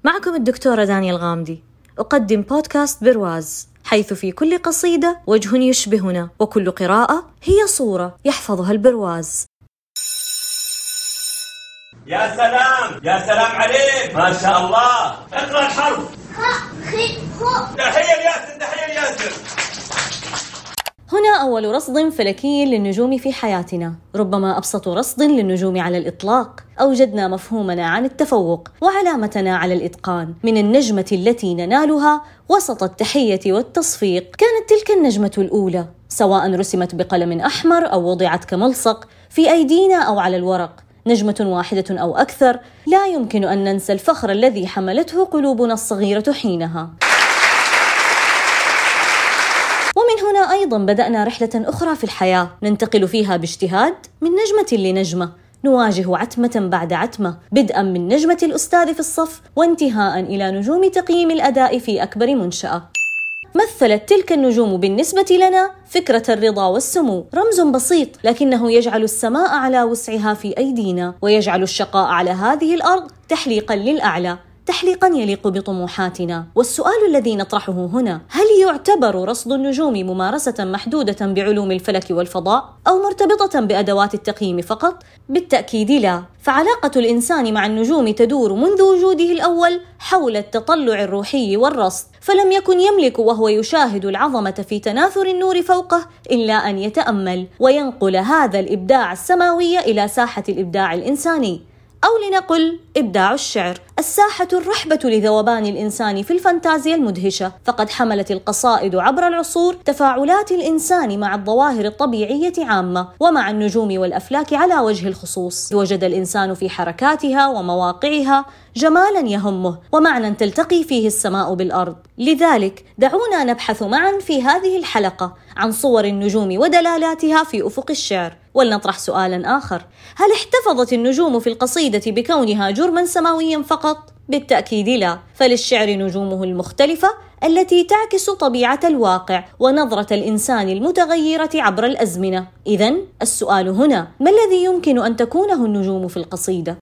معكم الدكتورة دانيا الغامدي، أقدم بودكاست برواز، حيث في كل قصيدة وجه يشبهنا، وكل قراءة هي صورة يحفظها البرواز. يا سلام يا سلام عليك، ما شاء الله. اقرأ الحرف. تحية الياسر، تحية الياسر. هنا أول رصد فلكي للنجوم في حياتنا، ربما أبسط رصد للنجوم على الإطلاق. أوجدنا مفهومنا عن التفوق وعلامتنا على الإتقان من النجمة التي ننالها وسط التحية والتصفيق. كانت تلك النجمة الأولى، سواء رسمت بقلم أحمر أو وضعت كملصق في أيدينا أو على الورق، نجمة واحدة أو أكثر. لا يمكن أن ننسى الفخر الذي حملته قلوبنا الصغيرة حينها. ومن هنا أيضاً بدأنا رحلة أخرى في الحياة، ننتقل فيها باجتهاد من نجمة لنجمة، نواجه عتمة بعد عتمة، بدءاً من نجمة الأستاذ في الصف وانتهاءً إلى نجوم تقييم الأداء في أكبر منشأة. مثلت تلك النجوم بالنسبة لنا فكرة الرضا والسمو، رمز بسيط لكنه يجعل السماء على وسعها في أيدينا، ويجعل الشقاء على هذه الأرض تحليقاً للأعلى، تحليقاً يليق بطموحاتنا. والسؤال الذي نطرحه هنا: هل يعتبر رصد النجوم ممارسة محدودة بعلوم الفلك والفضاء، أو مرتبطة بأدوات التقييم فقط؟ بالتأكيد لا، فعلاقة الإنسان مع النجوم تدور منذ وجوده الأول حول التطلع الروحي والرصد، فلم يكن يملك وهو يشاهد العظمة في تناثر النور فوقه إلا أن يتأمل وينقل هذا الإبداع السماوي إلى ساحة الإبداع الإنساني، أو لنقل إبداع الشعر، الساحة الرحبة لذوبان الإنسان في الفانتازيا المدهشة. فقد حملت القصائد عبر العصور تفاعلات الإنسان مع الظواهر الطبيعية عامة، ومع النجوم والأفلاك على وجه الخصوص. وجد الإنسان في حركاتها ومواقعها جمالاً يهمه، ومعنى تلتقي فيه السماء بالأرض. لذلك دعونا نبحث معاً في هذه الحلقة عن صور النجوم ودلالاتها في أفق الشعر. ولنطرح سؤالاً آخر: هل احتفظت النجوم في القصيدة بكونها جرماً سماوياً فقط؟ بالتأكيد لا، فللشعر نجومه المختلفة التي تعكس طبيعة الواقع ونظرة الإنسان المتغيرة عبر الأزمنة. إذن السؤال هنا: ما الذي يمكن أن تكونه النجوم في القصيدة؟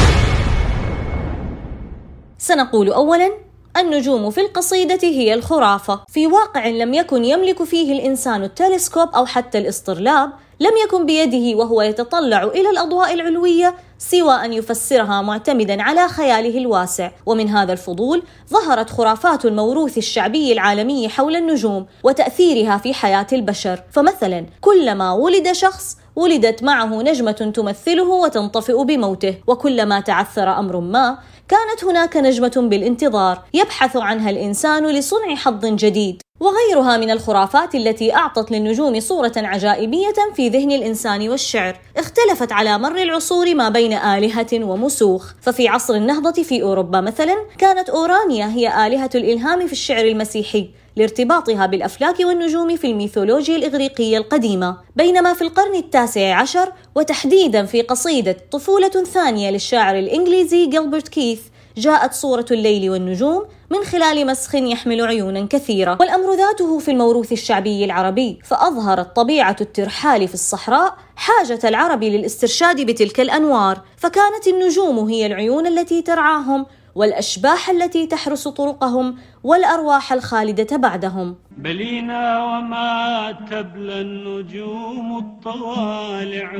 سنقول أولاً: النجوم في القصيدة هي الخرافة. في واقع لم يكن يملك فيه الإنسان التلسكوب أو حتى الإسطرلاب، لم يكن بيده وهو يتطلع إلى الأضواء العلوية سوى أن يفسرها معتمداً على خياله الواسع. ومن هذا الفضول ظهرت خرافات الموروث الشعبي العالمي حول النجوم وتأثيرها في حياة البشر. فمثلاً كلما ولد شخص ولدت معه نجمة تمثله وتنطفئ بموته، وكلما تعثر أمر ما كانت هناك نجمة بالانتظار يبحث عنها الإنسان لصنع حظ جديد، وغيرها من الخرافات التي أعطت للنجوم صورة عجائبية في ذهن الإنسان والشعر. اختلفت على مر العصور ما بين آلهة ومسوخ، ففي عصر النهضة في أوروبا مثلا كانت أورانيا هي آلهة الإلهام في الشعر المسيحي لارتباطها بالأفلاك والنجوم في الميثولوجيا الإغريقية القديمة، بينما في القرن التاسع عشر وتحديدا في قصيدة طفولة ثانية للشاعر الإنجليزي جيلبرت كيث جاءت صورة الليل والنجوم من خلال مسخ يحمل عيونا كثيرة. والأمر ذاته في الموروث الشعبي العربي، فأظهرت طبيعة الترحال في الصحراء حاجة العرب للاسترشاد بتلك الأنوار، فكانت النجوم هي العيون التي ترعاهم، والأشباح التي تحرس طرقهم، والأرواح الخالدة بعدهم. بلينا وما تبلى النجوم الطوالع،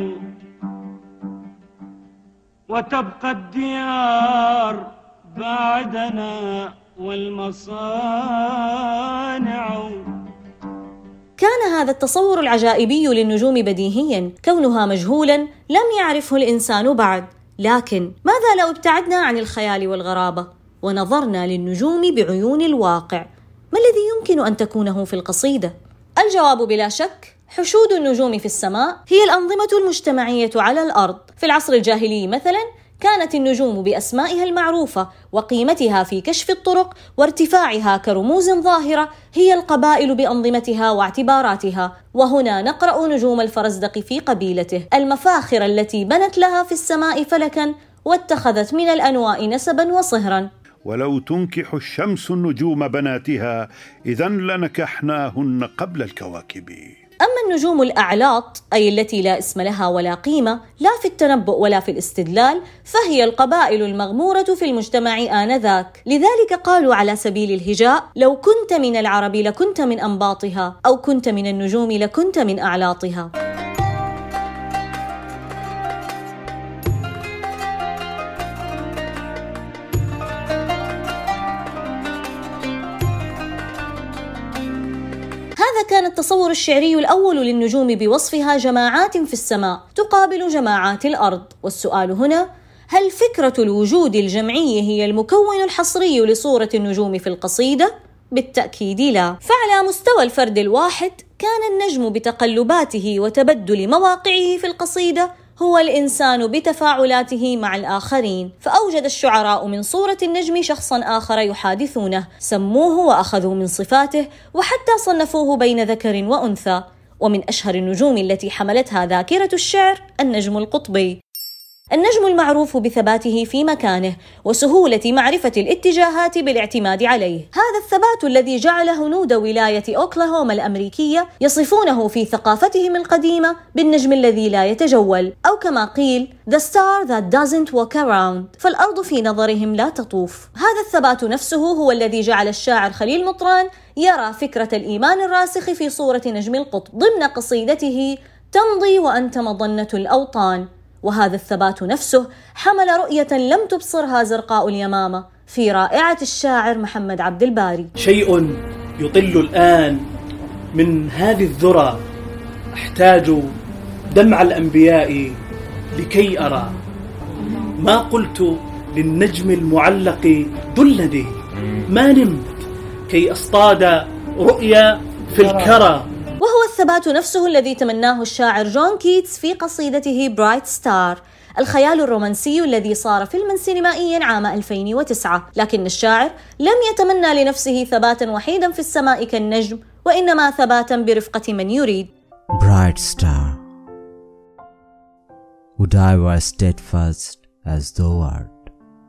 وتبقى الديار بعدنا والمصانع. كان هذا التصور العجائبي للنجوم بديهياً، كونها مجهولاً لم يعرفه الإنسان بعد. لكن ماذا لو ابتعدنا عن الخيال والغرابة ونظرنا للنجوم بعيون الواقع؟ ما الذي يمكن أن تكونه في القصيدة؟ الجواب بلا شك حشود النجوم في السماء هي الأنظمة المجتمعية على الأرض. في العصر الجاهلي مثلا كانت النجوم بأسمائها المعروفة وقيمتها في كشف الطرق وارتفاعها كرموز ظاهرة هي القبائل بأنظمتها واعتباراتها. وهنا نقرأ نجوم الفرزدق في قبيلته، المفاخر التي بنت لها في السماء فلكا واتخذت من الأنواء نسبا وصهرا. ولو تنكح الشمس النجوم بناتها إذن لنكحناهن قبل الكواكب. أما النجوم الأعلاط أي التي لا اسم لها ولا قيمة لا في التنبؤ ولا في الاستدلال، فهي القبائل المغمورة في المجتمع آنذاك. لذلك قالوا على سبيل الهجاء: لو كنت من العرب لكنت من أنباطها، أو كنت من النجوم لكنت من أعلاطها. هذا كان التصور الشعري الأول للنجوم بوصفها جماعات في السماء تقابل جماعات الأرض. والسؤال هنا: هل فكرة الوجود الجمعي هي المكون الحصري لصورة النجوم في القصيدة؟ بالتأكيد لا. فعلى مستوى الفرد الواحد كان النجم بتقلباته وتبدل مواقعه في القصيدة هو الإنسان بتفاعلاته مع الآخرين، فأوجد الشعراء من صورة النجم شخصاً آخر يحادثونه، سموه وأخذوا من صفاته، وحتى صنفوه بين ذكر وأنثى. ومن أشهر النجوم التي حملتها ذاكرة الشعر النجم القطبي، النجم المعروف بثباته في مكانه وسهولة معرفة الاتجاهات بالاعتماد عليه. هذا الثبات الذي جعل هنود ولاية أوكلاهوما الأمريكية يصفونه في ثقافتهم القديمة بالنجم الذي لا يتجول، أو كما قيل The star that doesn't walk around، فالأرض في نظرهم لا تطوف. هذا الثبات نفسه هو الذي جعل الشاعر خليل مطران يرى فكرة الإيمان الراسخ في صورة نجم القطب ضمن قصيدته تمضي وأنت مظنة الأوطان. وهذا الثبات نفسه حمل رؤية لم تبصرها زرقاء اليمامة في رائعة الشاعر محمد عبد الباري: شيء يطل الآن من هذه الذرى، أحتاج دمع الأنبياء لكي أرى، ما قلت للنجم المعلق دلني، ما نمت كي أصطاد رؤيا في الكرى. وهو الثبات نفسه الذي تمناه الشاعر جون كيتس في قصيدته برايت ستار، الخيال الرومانسي الذي صار فيلما سينمائيا عام 2009. لكن الشاعر لم يتمنى لنفسه ثباتا وحيدا في السماء كالنجم، وإنما ثباتا برفقة من يريد. Bright star, would I were steadfast as thou art,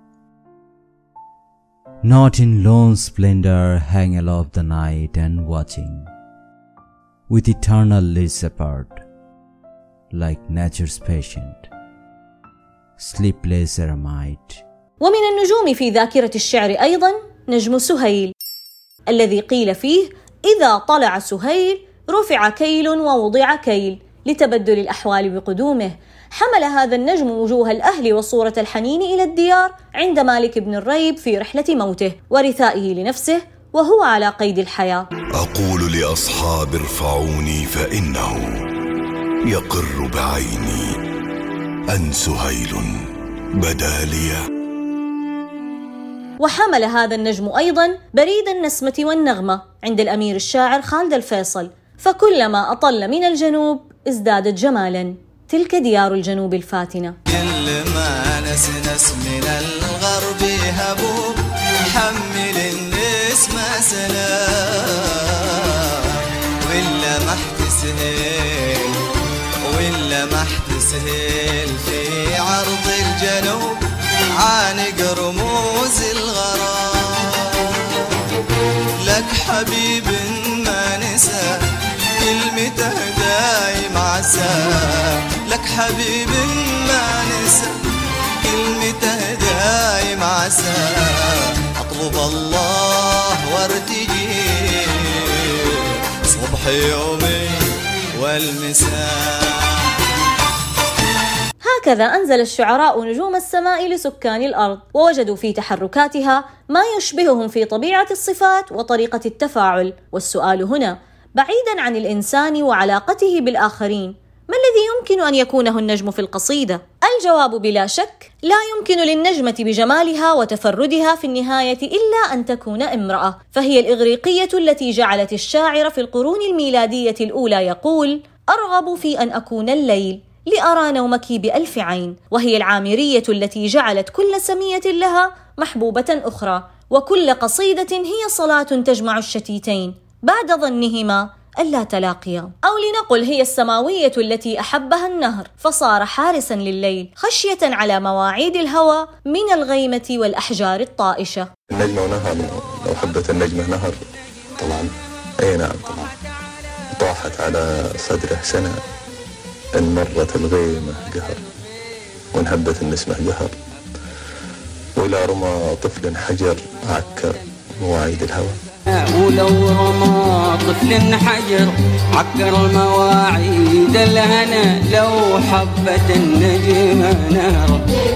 not in lone splendor hang aloft the night and watching, with eternal lids apart, like nature's patient, sleepless eremite. ومن النجوم في ذاكرة الشعر أيضا نجم سهيل، الذي قيل فيه: إذا طلع سهيل رفع كيل ووضع كيل، لتبدل الأحوال بقدومه. حمل هذا النجم وجوه الأهل وصورة الحنين إلى الديار عند مالك بن الريب في رحلة موته، ورثائه لنفسه وهو على قيد الحياة. أقول لأصحاب ارفعوني فإنه يقر بعيني أن سهيل بدا لي. وحمل هذا النجم أيضا بريد النسمة والنغمة عند الأمير الشاعر خالد الفيصل، فكلما أطل من الجنوب ازدادت جمالا، تلك ديار الجنوب الفاتنة. كلما نسنس من الغرب هبوب حمل النسمة سلام، ولا محت سهيل في عرض الجنوب عانق رموز الغرام. لك حبيب ما نسى كلمته دايم عسى، لك حبيب ما نسى كلمته دايم عسى. أطلب الله وارتجي صبح يومي والمساء. هكذا أنزل الشعراء نجوم السماء لسكان الأرض، ووجدوا في تحركاتها ما يشبههم في طبيعة الصفات وطريقة التفاعل. والسؤال هنا: بعيداً عن الإنسان وعلاقته بالآخرين، ما الذي يمكن أن يكونه النجم في القصيدة؟ الجواب بلا شك: لا يمكن للنجمة بجمالها وتفردها في النهاية إلا أن تكون امرأة، فهي الإغريقية التي جعلت الشاعر في القرون الميلادية الأولى يقول: أرغب في أن أكون الليل لأرى نومك ب1000 عين، وهي العامرية التي جعلت كل سمية لها محبوبة أخرى، وكل قصيدة هي صلاة تجمع الشتيتين بعد ظنهما ألا تلاقيا. أو لنقل هي السماوية التي أحبها النهر فصار حارسا لليل خشية على مواعيد الهوى من الغيمة والأحجار الطائشة. النجمة ونهر، لو حبت النجمة نهر طبعا، أي نعم طبعا، طاحت على صدره سنة، إن مرت الغيمة قهر وانهبت النسمة قهر، ولا رمى طفل حجر عكر مواعيد الهوى. ولو رمى طفل حجر عكر المواعيد الهنا، لو حبت النجمة نهر،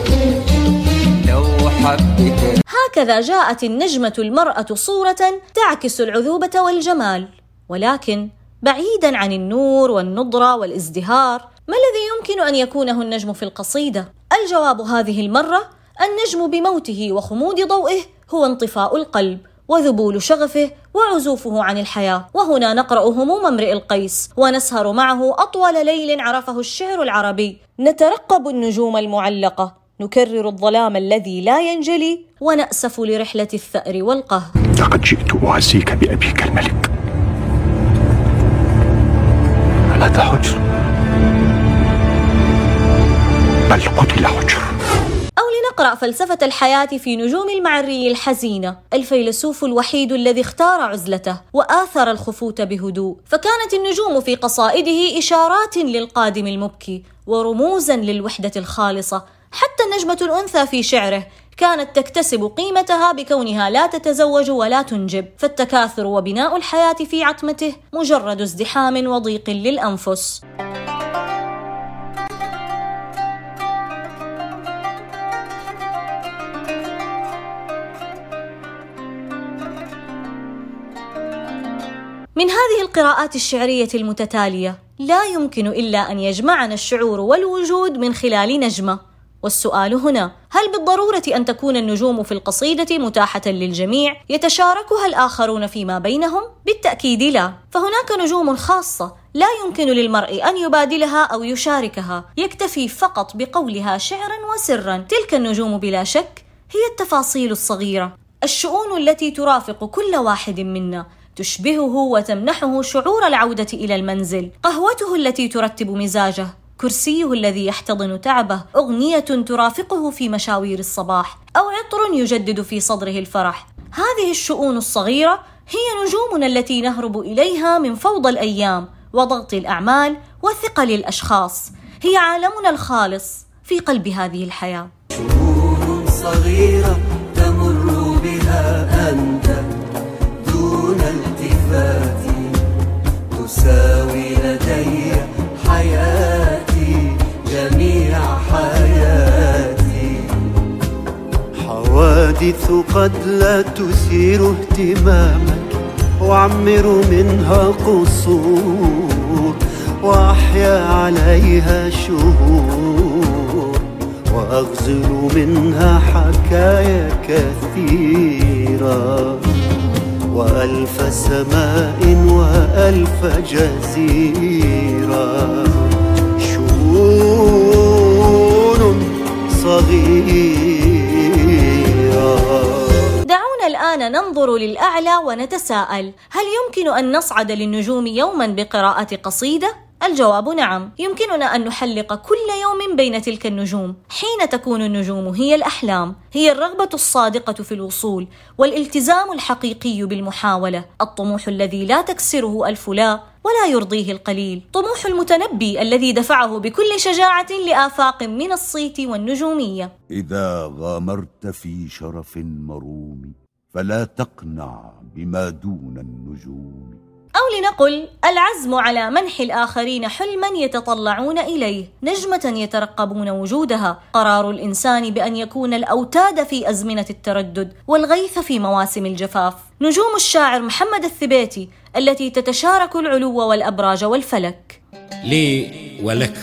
لو حبت. هكذا جاءت النجمة المرأة صورة تعكس العذوبة والجمال، ولكن بعيدا عن النور والنضرة والازدهار. ما الذي يمكن أن يكونه النجم في القصيدة؟ الجواب هذه المرة: النجم بموته وخمود ضوئه هو انطفاء القلب وذبول شغفه وعزوفه عن الحياة. وهنا نقرأ هموم امرئ القيس ونسهر معه أطول ليل عرفه الشعر العربي، نترقب النجوم المعلقة، نكرر الظلام الذي لا ينجلي، ونأسف لرحلة الثأر والقهر. لقد جئت أعزيك بأبيك الملك، فلا تحجر بل قتل حجر. أو لنقرأ فلسفة الحياة في نجوم المعري الحزينة، الفيلسوف الوحيد الذي اختار عزلته وآثر الخفوت بهدوء، فكانت النجوم في قصائده إشارات للقادم المبكي ورموزا للوحدة الخالصة. حتى النجمة الأنثى في شعره كانت تكتسب قيمتها بكونها لا تتزوج ولا تنجب، فالتكاثر وبناء الحياة في عتمته مجرد ازدحام وضيق للأنفس. من هذه القراءات الشعرية المتتالية لا يمكن إلا أن يجمعنا الشعور والوجود من خلال نجمة. والسؤال هنا: هل بالضرورة أن تكون النجوم في القصيدة متاحة للجميع يتشاركها الآخرون فيما بينهم؟ بالتأكيد لا، فهناك نجوم خاصة لا يمكن للمرء أن يبادلها أو يشاركها، يكتفي فقط بقولها شعرا وسرا. تلك النجوم بلا شك هي التفاصيل الصغيرة، الشؤون التي ترافق كل واحد منا، تشبهه وتمنحه شعور العودة إلى المنزل، قهوته التي ترتب مزاجه، كرسيه الذي يحتضن تعبه، أغنية ترافقه في مشاوير الصباح، أو عطر يجدد في صدره الفرح. هذه الشؤون الصغيرة هي نجومنا التي نهرب إليها من فوضى الأيام وضغط الأعمال وثقل الأشخاص. هي عالمنا الخالص في قلب هذه الحياة. شؤون صغيرة تمر بها أنت دون التفات، تساوي لدي حياتي جميع حياتي. حوادث قد لا تثير اهتمامك، وأعمر منها قصور وأحيا عليها شهور، وأغزل منها حكايا كثيرة، وألف سماء وألف جزيرة. شؤون صغيرة. دعونا الآن ننظر للأعلى ونتساءل: هل يمكن أن نصعد للنجوم يوما بقراءة قصيدة؟ الجواب نعم، يمكننا أن نحلق كل يوم بين تلك النجوم. حين تكون النجوم هي الأحلام، هي الرغبة الصادقة في الوصول، والالتزام الحقيقي بالمحاولة، الطموح الذي لا تكسره ألف لا ولا يرضيه القليل، طموح المتنبي الذي دفعه بكل شجاعة لآفاق من الصيت والنجومية. إذا غامرت في شرف مروم فلا تقنع بما دون النجوم. أو لنقل: العزم على منح الآخرين حلما يتطلعون إليه، نجمة يترقبون وجودها، قرار الإنسان بأن يكون الأوتاد في أزمنة التردد والغيث في مواسم الجفاف، نجوم الشاعر محمد الثبيتي التي تتشارك العلو والأبراج والفلك. لي ولك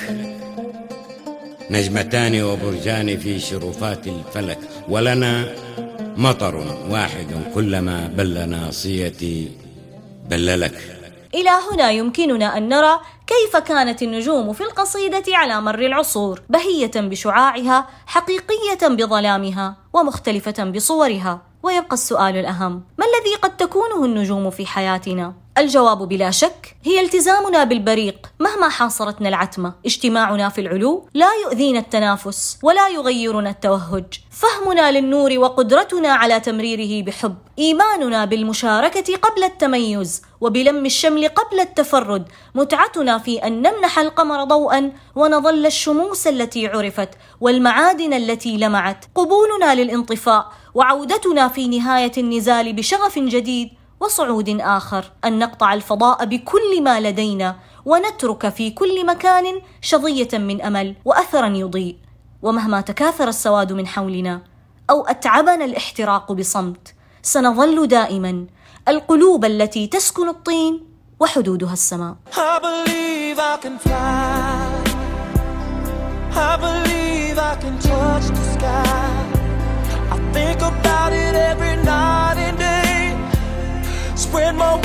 نجمتان وبرجان في شرفات الفلك، ولنا مطر واحد كلما بل ناصيتي بللك. إلى هنا يمكننا أن نرى كيف كانت النجوم في القصيدة على مر العصور، بهية بشعاعها، حقيقية بظلامها، ومختلفة بصورها. ويبقى السؤال الأهم: ما الذي قد تكونه النجوم في حياتنا؟ الجواب بلا شك هي التزامنا بالبريق مهما حاصرتنا العتمة، اجتماعنا في العلو لا يؤذينا التنافس ولا يغيرنا التوهج، فهمنا للنور وقدرتنا على تمريره بحب، إيماننا بالمشاركة قبل التميز وبلم الشمل قبل التفرد، متعتنا في أن نمنح القمر ضوءا ونظل الشموس التي عرفت والمعادن التي لمعت، قبولنا للانطفاء وعودتنا في نهاية النزال بشغف جديد وصعود آخر، أن نقطع الفضاء بكل ما لدينا ونترك في كل مكان شظية من أمل وأثرا يضيء، ومهما تكاثر السواد من حولنا أو أتعبنا الاحتراق بصمت، سنظل دائما القلوب التي تسكن الطين وحدودها السماء. I believe I can fly. I believe I can touch the sky. I think about it every night and day. Spread my